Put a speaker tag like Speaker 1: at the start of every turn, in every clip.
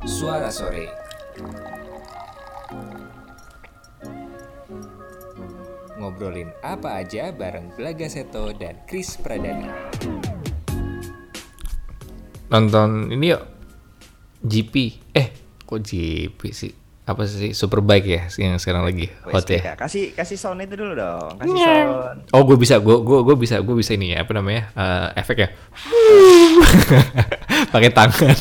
Speaker 1: Suara Sore. Ngobrolin apa aja bareng Belaga Seto dan Chris Pradana.
Speaker 2: Nonton ini yuk, GP. Kok GP sih? Apa sih, Superbike ya yang sekarang lagi hot ya?
Speaker 3: Kasih sound itu dulu dong. Kasih sound.
Speaker 2: Oh, gue bisa ini ya, apa namanya? Efek ya. Pakai tangan.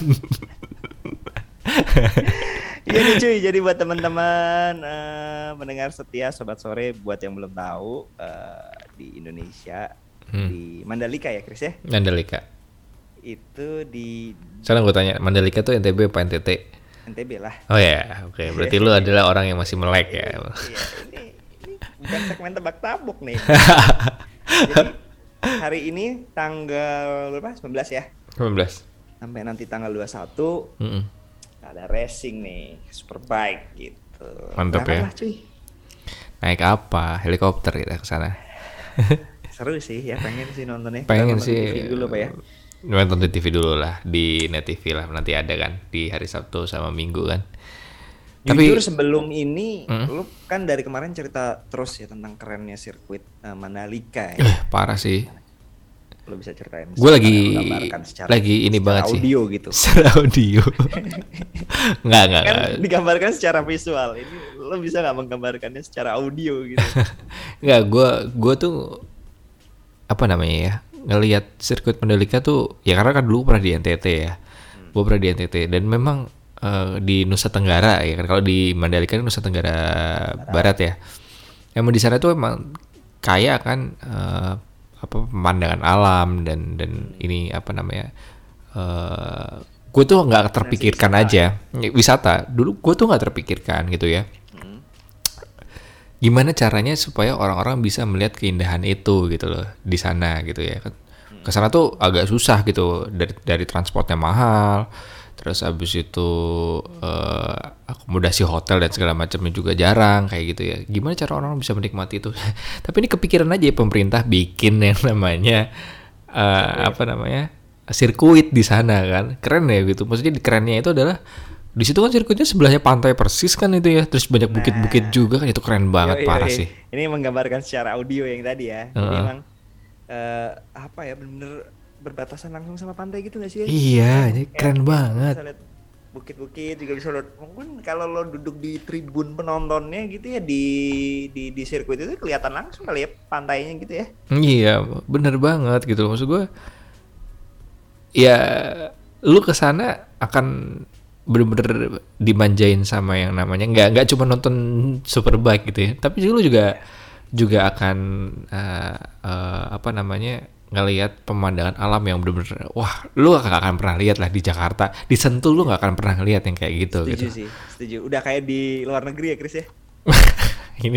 Speaker 3: Iya nih cuy, jadi buat teman-teman mendengar setia Sobat Sore, buat yang belum tahu, di Indonesia, di Mandalika ya Chris ya?
Speaker 2: Mandalika.
Speaker 3: Itu di...
Speaker 2: Sekarang gue tanya, Mandalika tuh NTB apa NTT?
Speaker 3: NTB lah.
Speaker 2: Oh ya, oke. Berarti lu adalah orang yang masih melek ya.
Speaker 3: Iya, ini bukan segmen tebak tabuk nih. Jadi hari ini tanggal berapa? 19 ya?
Speaker 2: 19.
Speaker 3: Sampai nanti tanggal 21 ada racing nih, Superbike gitu.
Speaker 2: Mantap ya.
Speaker 3: Lah, cuy.
Speaker 2: Naik apa? Helikopter kita ke sana.
Speaker 3: Seru sih ya, pengen sih nontonnya.
Speaker 2: Pengen
Speaker 3: nonton
Speaker 2: sih.
Speaker 3: TV dulu apa ya?
Speaker 2: Nonton di TV dulu lah, di Net TV lah, nanti ada kan di hari Sabtu sama Minggu kan.
Speaker 3: Jujur sebelum ini, lu kan dari kemarin cerita terus ya tentang kerennya sirkuit Mandalika ya.
Speaker 2: Parah sih.
Speaker 3: Lu bisa ceritain.
Speaker 2: Gue lagi
Speaker 3: secara
Speaker 2: ini banget sih.
Speaker 3: Audio gitu.
Speaker 2: Secara audio. Nggak.
Speaker 3: Kan digambarkan secara visual. Ini lu bisa nggak menggambarkannya secara audio gitu?
Speaker 2: Nggak, gue tuh apa namanya ya, ngelihat sirkuit Mandalika tuh ya karena kan dulu pernah di NTT ya. Gue pernah di NTT dan memang di Nusa Tenggara ya kan, kalau di Mandalika itu Nusa Tenggara Barat ya. Emang di sana tuh emang kaya kan pemandangan alam dan ini apa namanya, gue tuh nggak terpikirkan aja wisata dulu, gue tuh nggak terpikirkan gitu ya. Gimana caranya supaya orang-orang bisa melihat keindahan itu gitu loh di sana gitu ya kan. Kesana tuh agak susah gitu, dari transportnya mahal, terus abis itu akomodasi hotel dan segala macamnya juga jarang kayak gitu ya. Gimana cara orang bisa menikmati itu? Tapi ini kepikiran aja ya, pemerintah bikin yang namanya apa namanya, sirkuit di sana kan, keren ya gitu. Maksudnya kerennya itu adalah di situ kan sirkuitnya sebelahnya pantai persis kan itu ya, terus banyak bukit-bukit juga kan, itu keren banget. Parah sih.
Speaker 3: Ini menggambarkan secara audio yang tadi ya. Jadi emang apa ya, bener-bener berbatasan langsung sama pantai gitu nggak sih?
Speaker 2: Iya, ini keren banget.
Speaker 3: Bisa lihat bukit-bukit, juga bisa lihat. Mungkin kalau lo duduk di tribun penontonnya gitu ya, di sirkuit itu kelihatan langsung kali ya pantainya gitu ya.
Speaker 2: Iya, bener banget gitu loh. Maksud gue, ya lu kesana akan bener-bener dimanjain sama yang namanya nggak cuma nonton Superbike gitu ya, tapi lu juga akan apa namanya, ngelihat pemandangan alam yang bener-bener wah, lu gak akan pernah lihat lah di Jakarta, di Sentul lu gak akan pernah lihat yang kayak gitu.
Speaker 3: Setuju
Speaker 2: gitu.
Speaker 3: Sih, setuju. Udah kayak di luar negeri ya Chris ya.
Speaker 2: ini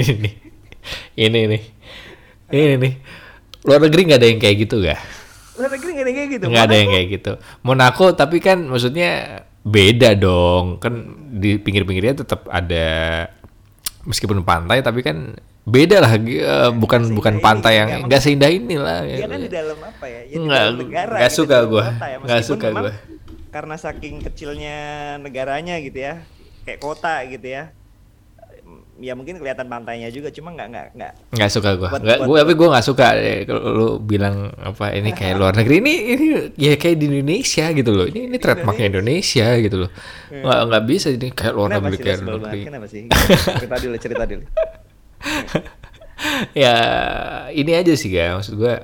Speaker 2: nih luar negeri nggak ada yang kayak gitu gak?
Speaker 3: Luar negeri nggak ada yang kayak gitu.
Speaker 2: Nggak ada yang kayak gitu. Monaco tapi kan maksudnya beda dong, kan di pinggir-pinggirnya tetap ada, meskipun pantai tapi kan beda lah, bukan pantai yang nggak seindah inilah.
Speaker 3: Dia kan di dalam apa ya? Ya
Speaker 2: nggak,
Speaker 3: negara.
Speaker 2: Nggak suka gue.
Speaker 3: Ya.
Speaker 2: Nggak suka gue.
Speaker 3: Karena saking kecilnya negaranya gitu ya, kayak kota gitu ya. Ya mungkin kelihatan pantainya juga, cuma nggak
Speaker 2: suka gue. Tapi gue nggak suka kalau lu bilang apa ini kayak luar negeri, ini ya kayak di Indonesia gitu loh. Ini trademarknya Indonesia gitu loh. Nggak bisa ini kayak luar negeri kayak luar negeri.
Speaker 3: Kenapa sih? Cerita dulu.
Speaker 2: Ya ini aja sih ya, maksud gue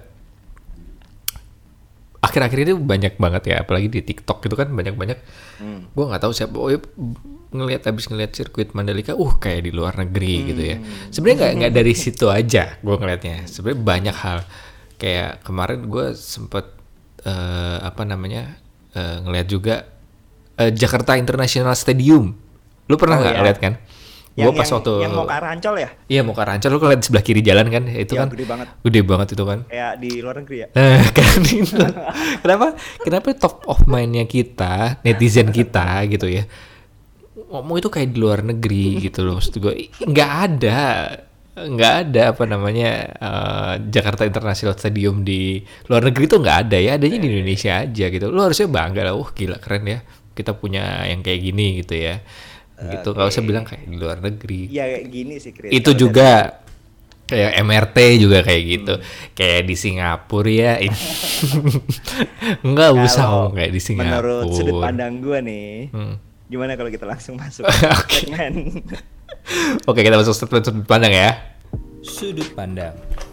Speaker 2: akhir-akhir ini banyak banget ya, apalagi di TikTok gitu kan banyak gue nggak tahu siapa habis ngelihat sirkuit Mandalika kayak di luar negeri gitu ya. Sebenarnya nggak dari situ aja gue ngelihatnya, sebenarnya banyak hal. Kayak kemarin gue sempet apa namanya, ngelihat juga Jakarta International Stadium. Lu pernah nggak lihat kan? Gue pas waktu
Speaker 3: yang mau ke arah Ancol ya?
Speaker 2: Iya, mau ke arah Ancol. Lu kalau lihat di sebelah kiri jalan kan, itu
Speaker 3: ya,
Speaker 2: kan
Speaker 3: gede
Speaker 2: banget itu kan,
Speaker 3: kayak di luar negeri ya.
Speaker 2: Kan itu. Kenapa top of mind-nya kita, netizen kita gitu ya, ngomong itu kayak di luar negeri gitu loh. Maksud gue nggak ada apa namanya Jakarta International Stadium di luar negeri tuh nggak ada ya, adanya di Indonesia aja gitu. Lu harusnya bangga lah, gila keren ya. kita punya yang kayak gini gitu ya. Gitu nggak usah bilang kayak di luar negeri.
Speaker 3: Ya kayak gini sih Chris.
Speaker 2: Itu juga kayak MRT juga kayak gitu. Kayak di Singapura ya. Nggak usah ngomong kayak di Singapura.
Speaker 3: Menurut sudut pandang gue nih, gimana kalau kita langsung masuk segmen?
Speaker 2: Oke, kita masuk sudut pandang ya.
Speaker 1: Sudut pandang.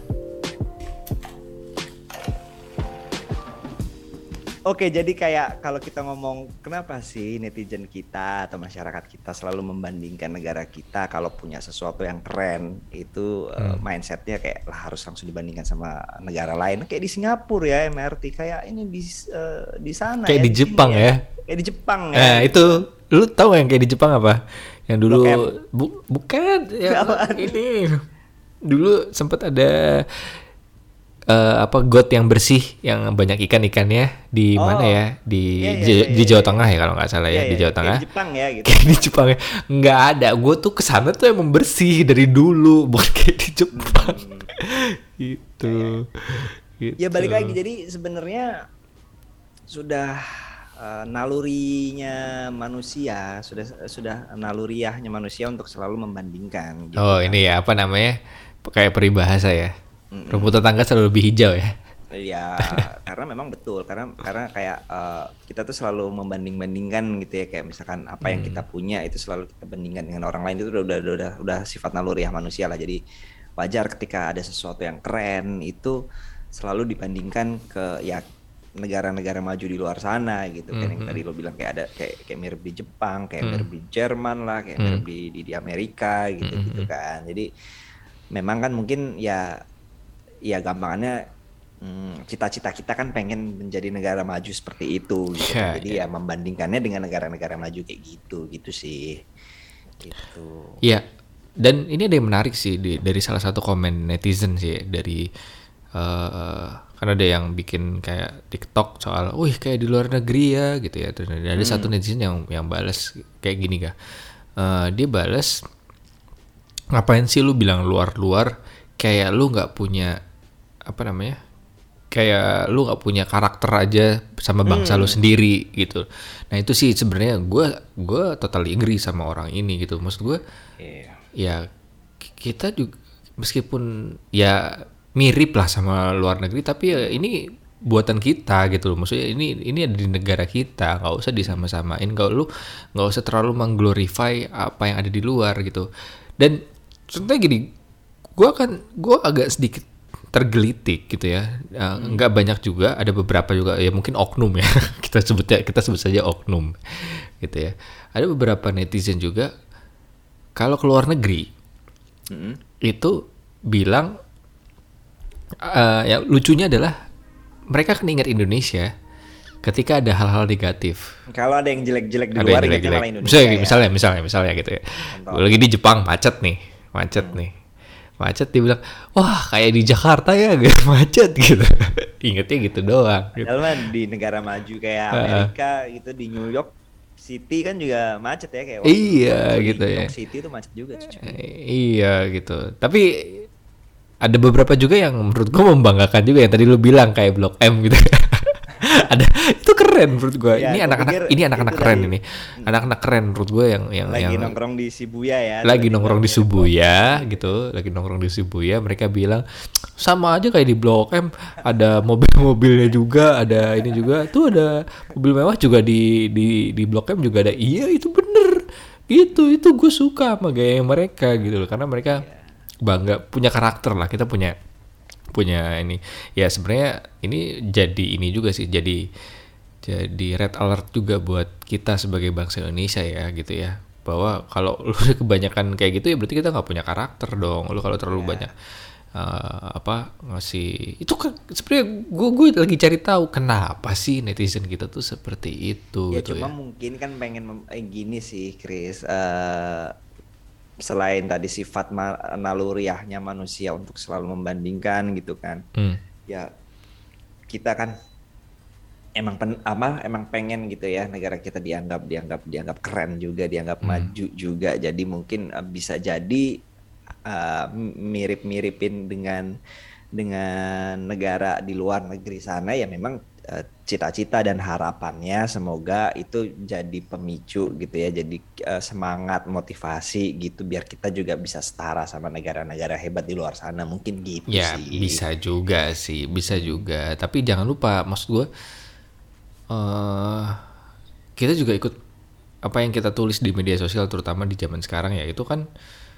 Speaker 3: Oke, jadi kayak kalau kita ngomong kenapa sih netizen kita atau masyarakat kita selalu membandingkan negara kita kalau punya sesuatu yang keren itu mindsetnya kayak lah harus langsung dibandingkan sama negara lain. Kayak di Singapura ya MRT, kayak ini di sana
Speaker 2: kayak
Speaker 3: ya,
Speaker 2: di Jepang ya.
Speaker 3: Kayak di Jepang ya.
Speaker 2: Nah itu lu tahu yang kayak di Jepang apa? Yang dulu bukan ya, ini dulu sempat ada got yang bersih yang banyak ikan-ikannya di mana ya di Jawa Tengah ya kalau nggak salah ya, di Jawa Tengah.
Speaker 3: Kayak di Jepang ya gitu.
Speaker 2: Kayak di Jepang ya. Nggak ada. Gue tuh kesana tuh emang bersih dari dulu, bukan kayak di Jepang. Gitu.
Speaker 3: Ya balik lagi, jadi sebenarnya sudah nalurinya manusia, sudah naluriahnya manusia untuk selalu membandingkan. Gitu
Speaker 2: oh kan. Ini ya apa namanya? Kayak peribahasa ya. Rumput tetangga selalu lebih hijau ya.
Speaker 3: Ya karena memang betul, karena kayak kita tuh selalu membanding-bandingkan gitu ya, kayak misalkan apa yang kita punya itu selalu kita bandingkan dengan orang lain, itu udah sifat naluriah manusia lah. Jadi wajar ketika ada sesuatu yang keren itu selalu dibandingkan ke ya negara-negara maju di luar sana gitu kan, yang tadi lo bilang kayak ada kayak mirip di Jepang, kayak mirip di Jerman lah, kayak mirip di Amerika gitu kan. Jadi memang kan mungkin ya gampangannya cita-cita kita kan pengen menjadi negara maju seperti itu gitu. Jadi ya membandingkannya dengan negara-negara maju kayak gitu sih gitu.
Speaker 2: Iya, dan ini ada yang menarik sih dari salah satu komen netizen sih, dari kan ada yang bikin kayak TikTok soal kayak di luar negeri ya gitu ya. Dan ada satu netizen yang balas kayak gini kah, dia balas, ngapain sih lu bilang luar-luar, kayak lu nggak punya apa namanya, kayak lu nggak punya karakter aja sama bangsa lu sendiri gitu. Nah itu sih sebenarnya gue totally agree sama orang ini gitu. Maksud gue ya kita juga meskipun ya mirip lah sama luar negeri, tapi ya ini buatan kita gitu loh. Maksudnya ini ada di negara kita, nggak usah disama-samain. Kalau lu nggak usah terlalu mengglorify apa yang ada di luar gitu. Dan contohnya gini, gue agak sedikit tergelitik gitu ya. Nggak banyak juga, ada beberapa juga ya mungkin oknum ya. kita sebut saja oknum gitu ya. Ada beberapa netizen juga kalau ke luar negeri itu bilang yang lucunya adalah mereka kan ingat Indonesia ketika ada hal-hal negatif.
Speaker 3: Kalau ada yang jelek-jelek di luar, ingatnya malah Indonesia.
Speaker 2: Misalnya gitu ya. Lagi di Jepang macet nih. Macet dibilang, wah kayak di Jakarta ya gak macet gitu. Ingetnya gitu doang.
Speaker 3: Padahal di negara maju kayak Amerika gitu, di New York City kan juga macet ya, kayak
Speaker 2: gitu
Speaker 3: New
Speaker 2: ya.
Speaker 3: York City itu macet juga cuy.
Speaker 2: Iya gitu. Tapi ada beberapa juga yang menurut gue membanggakan juga, yang tadi lu bilang kayak Blok M gitu. Ada, itu keren menurut gue.
Speaker 3: Ya,
Speaker 2: ini anak-anak keren ini. Anak-anak keren menurut gue yang
Speaker 3: lagi nongkrong di Shibuya ya.
Speaker 2: Lagi nongkrong di Shibuya gitu. Lagi nongkrong di Shibuya, mereka bilang sama aja kayak di Blok M, ada mobil-mobilnya juga, ada ini juga. Tuh ada mobil mewah juga di Blok M juga ada. Iya, itu bener. Itu gue suka sama gaya mereka gitu loh, karena mereka bangga, punya karakter lah. Kita punya ini ya, sebenarnya ini juga sih, jadi red alert juga buat kita sebagai bangsa Indonesia ya gitu ya, bahwa kalau lu kebanyakan kayak gitu ya berarti kita nggak punya karakter dong. Lu kalau terlalu banyak ngasih itu kan, sebenarnya gue lagi cari tahu kenapa sih netizen kita tuh seperti itu
Speaker 3: ya,
Speaker 2: gitu
Speaker 3: cuma
Speaker 2: ya.
Speaker 3: mungkin kan pengen gini sih Chris, selain tadi sifat naluriahnya manusia untuk selalu membandingkan gitu kan, ya kita kan emang pengen gitu ya negara kita dianggap keren juga, dianggap maju juga. Jadi mungkin bisa jadi mirip-miripin dengan negara di luar negeri sana ya, memang cita-cita dan harapannya semoga itu jadi pemicu gitu ya, jadi semangat, motivasi gitu biar kita juga bisa setara sama negara-negara hebat di luar sana, mungkin gitu
Speaker 2: Ya
Speaker 3: sih.
Speaker 2: bisa juga sih, bisa juga. Tapi jangan lupa, maksud gue, kita juga ikut apa yang kita tulis di media sosial, terutama di zaman sekarang ya, itu kan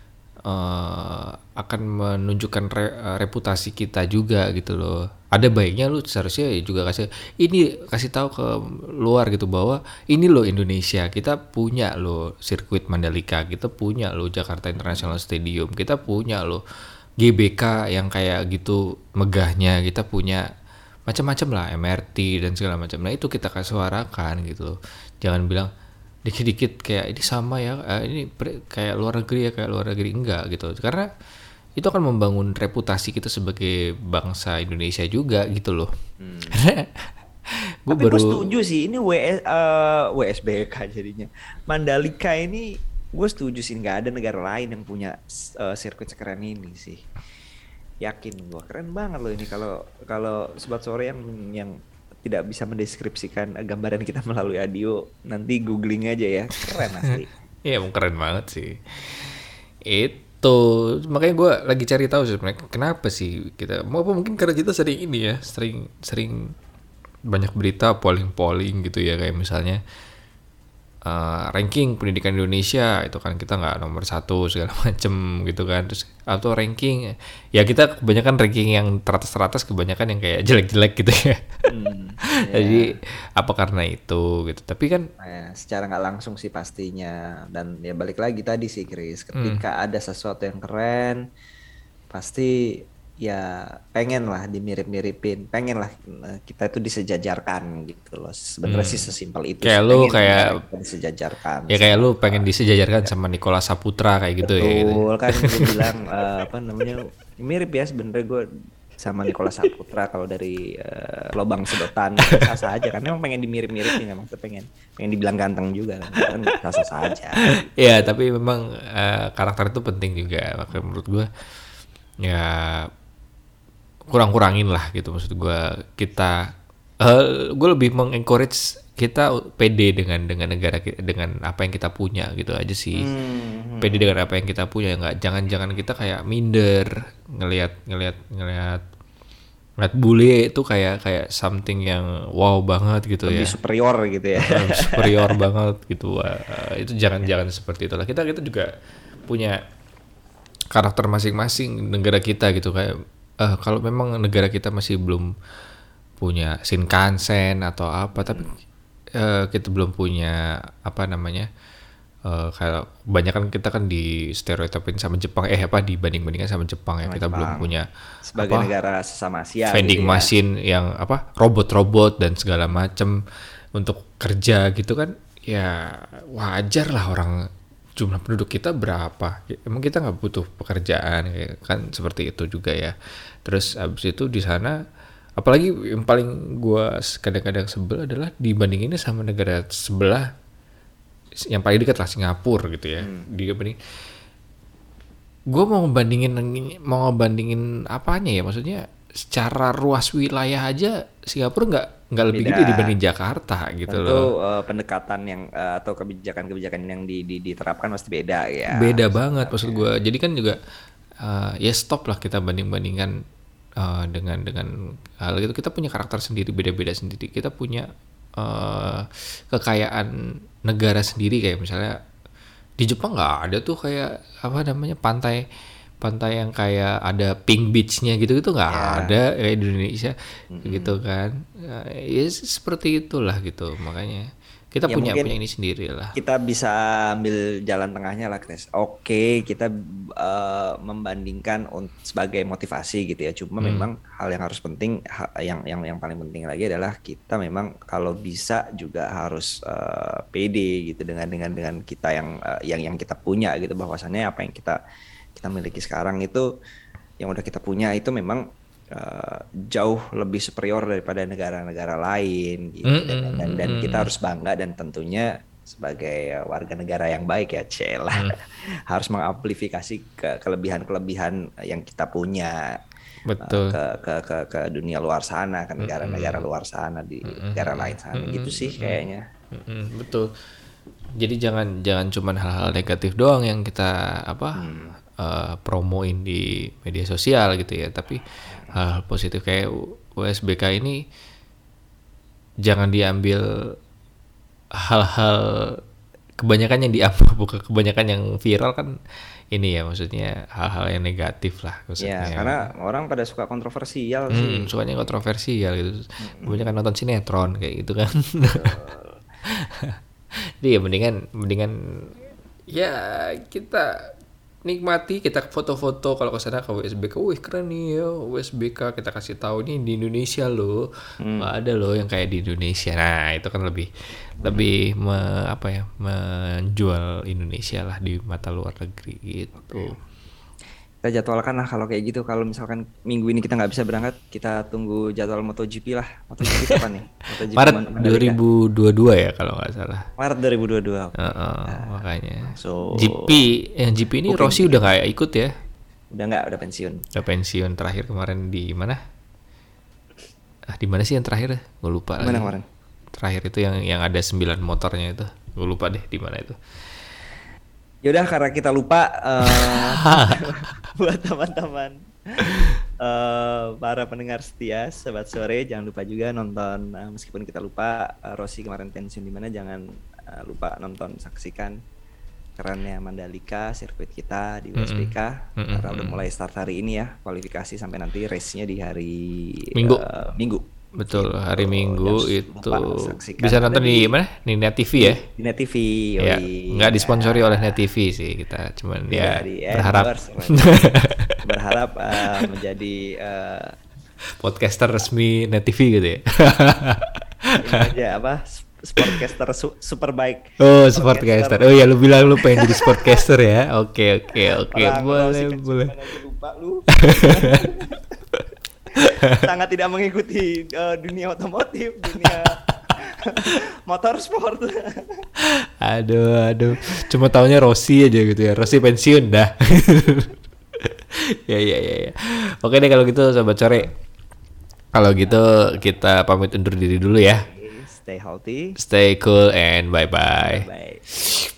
Speaker 2: akan menunjukkan reputasi kita juga gitu loh. Ada baiknya lu seharusnya juga kasih tahu ke luar gitu bahwa ini loh Indonesia, kita punya loh sirkuit Mandalika, kita punya loh Jakarta International Stadium, kita punya loh GBK yang kayak gitu megahnya, kita punya macam-macam lah, MRT dan segala macam. Nah itu kita suarakan gitu loh. Jangan bilang dikit-dikit kayak ini sama ya, kayak luar negeri ya, kayak luar negeri, enggak gitu. Karena itu akan membangun reputasi kita sebagai bangsa Indonesia juga gitu loh.
Speaker 3: Tapi gue setuju sih, ini WSBK jadinya. Mandalika ini gue setuju sih, nggak ada negara lain yang punya sirkuit sekeren ini sih. Yakin gue, keren banget loh ini. Kalau sobat sore yang tidak bisa mendeskripsikan gambaran kita melalui audio, nanti googling aja ya, keren asli.
Speaker 2: Iya, keren banget sih. Itu makanya gue lagi cari tahu sebenarnya kenapa sih kita, mungkin karena kita sering ini ya, sering banyak berita polling gitu ya, kayak misalnya ranking pendidikan Indonesia itu kan kita nggak nomor 1 segala macem gitu kan, terus atau ranking ya kita kebanyakan ranking yang teratas kebanyakan yang kayak jelek-jelek gitu ya. Jadi apa karena itu gitu, tapi kan
Speaker 3: secara nggak langsung sih pastinya, dan ya balik lagi tadi sih Chris, ketika ada sesuatu yang keren pasti ya pengen lah dimirip-miripin, pengen lah kita itu disejajarkan gitu loh. Sebenarnya sih sesimpel itu.
Speaker 2: Kayak
Speaker 3: sih.
Speaker 2: lu kayak
Speaker 3: disejajarkan.
Speaker 2: Ya kayak lu pengen disejajarkan sama Nicholas Saputra kayak gitu.
Speaker 3: Betul,
Speaker 2: ya. Gitu.
Speaker 3: Kan gue bilang apa namanya, mirip ya sebenarnya gue sama Nicholas Saputra kalau dari lobang sedotan, sah-sah aja kan. Memang pengen dimirip-miripin, memang tuh pengen dibilang ganteng juga kan, sah-sah aja.
Speaker 2: Iya, tapi memang karakter itu penting juga. Makanya menurut gue ya kurang-kurangin lah gitu, maksud gue. Kita gue lebih mengencourage kita pede dengan negara, dengan apa yang kita punya gitu aja sih. Pede dengan apa yang kita punya, nggak jangan kita kayak minder ngelihat bule itu kayak something yang wow banget gitu.
Speaker 3: Lebih
Speaker 2: ya
Speaker 3: superior gitu ya.
Speaker 2: Superior banget gitu. Itu jangan seperti itulah. Kita juga punya karakter masing-masing negara kita gitu, kayak kalau memang negara kita masih belum punya Shinkansen atau apa, tapi kita belum punya apa namanya, kayak banyak kan kita kan di stereotipin sama Jepang, dibanding-bandingkan sama Jepang ya, kita belum punya
Speaker 3: sebagai negara sesama Asia
Speaker 2: vending
Speaker 3: gitu ya.
Speaker 2: machine yang robot-robot dan segala macam untuk kerja gitu kan. Ya wajar lah, orang jumlah penduduk kita berapa, emang kita nggak butuh pekerjaan ya kan, seperti itu juga ya. Terus abis itu di sana, apalagi yang paling gue kadang-kadang sebel adalah dibandinginnya sama negara sebelah yang paling dekat lah, Singapura gitu ya. Gue mau ngebandingin apanya ya, maksudnya secara ruas wilayah aja Singapura nggak lebih gede dibanding Jakarta gitu.
Speaker 3: Tentu,
Speaker 2: loh.
Speaker 3: Pendekatan yang atau kebijakan yang diterapkan pasti beda ya.
Speaker 2: Beda banget maksud gue. Jadi kan juga ya stop lah kita bandingkan dengan hal itu. Kita punya karakter sendiri, beda-beda sendiri. Kita punya kekayaan negara sendiri, kayak misalnya di Jepang nggak ada tuh kayak apa namanya, pantai yang kayak ada pink beach-nya gitu nggak ada kayak di Indonesia gitu kan. Ya seperti itulah gitu, makanya kita ya punya ini sendiri lah.
Speaker 3: Kita bisa ambil jalan tengahnya lah, Chris. Oke, kita membandingkan sebagai motivasi gitu ya. Cuma memang hal yang harus penting, yang paling penting lagi adalah kita memang kalau bisa juga harus pede gitu dengan kita yang kita punya gitu, bahwasannya apa yang kita miliki sekarang itu, yang udah kita punya itu memang jauh lebih superior daripada negara-negara lain gitu. Dan kita harus bangga, dan tentunya sebagai warga negara yang baik ya, harus mengamplifikasi kelebihan-kelebihan yang kita punya.
Speaker 2: Betul.
Speaker 3: ke dunia luar sana, ke negara-negara luar sana, di negara lain sana gitu sih kayaknya.
Speaker 2: Betul. Jadi jangan cuman hal-hal negatif doang yang kita promoin di media sosial gitu ya, tapi hal positif kayak USBK ini jangan diambil hal-hal, kebanyakan yang diambil, bukan kebanyakan yang viral kan ini ya, maksudnya hal-hal yang negatif lah maksudnya.
Speaker 3: Ya, karena orang pada suka kontroversial sih.
Speaker 2: Sukanya kontroversial gitu. Kebanyakan nonton sinetron kayak gitu kan. Jadi ya mendingan ya kita nikmati, kita foto-foto kalau ke sana ke USBK, wih keren nih ya USBK, kita kasih tahu nih di Indonesia loh, nggak ada loh yang kayak di Indonesia. Nah itu kan lebih menjual Indonesia lah di mata luar negeri gitu.
Speaker 3: Kita jadwalkan lah kalau kayak gitu. Kalau misalkan minggu ini kita nggak bisa berangkat, kita tunggu jadwal MotoGP lah. MotoGP kapan nih? MotoGP
Speaker 2: Maret
Speaker 3: Mandalika.
Speaker 2: 2022 ya kalau nggak salah.
Speaker 3: Maret 2022.
Speaker 2: Makanya.
Speaker 3: So,
Speaker 2: GP ini Rossi udah nggak ikut ya?
Speaker 3: udah pensiun.
Speaker 2: Udah pensiun, terakhir kemarin di mana? Di mana sih yang terakhir? Gue lupa.
Speaker 3: Mana kemarin?
Speaker 2: Terakhir itu yang ada 9 motornya itu. Gue lupa deh di mana itu.
Speaker 3: Yaudah, karena kita lupa, buat teman-teman para pendengar setia Sobat Sore, jangan lupa juga nonton, meskipun kita lupa Rossi kemarin pensiun di mana, jangan lupa nonton, saksikan kerennya Mandalika, sirkuit kita di USBK. Karena udah mulai start hari ini ya, kualifikasi sampai nanti race-nya di hari Minggu.
Speaker 2: Betul, hari Minggu itu
Speaker 3: saksikan.
Speaker 2: bisa nonton di mana? Di Net TV ya?
Speaker 3: Di Net TV.
Speaker 2: Ya, nggak disponsori oleh Net TV sih, kita cuman
Speaker 3: berharap menjadi
Speaker 2: podcaster resmi Net TV gitu ya.
Speaker 3: Ini aja sportcaster super baik.
Speaker 2: Oh, sportcaster. Oh ya, lu bilang lu pengen jadi sportcaster ya? Oke. Boleh.
Speaker 3: Lupa lu. Sangat tidak mengikuti dunia otomotif, dunia motorsport.
Speaker 2: Aduh. Cuma taunya Rossi aja gitu ya. Rossi pensiun dah. Ya. Oke deh kalau gitu Sobat Sore. Kalau gitu kita pamit undur diri dulu ya.
Speaker 3: Stay healthy.
Speaker 2: Stay cool and bye-bye.
Speaker 3: Bye.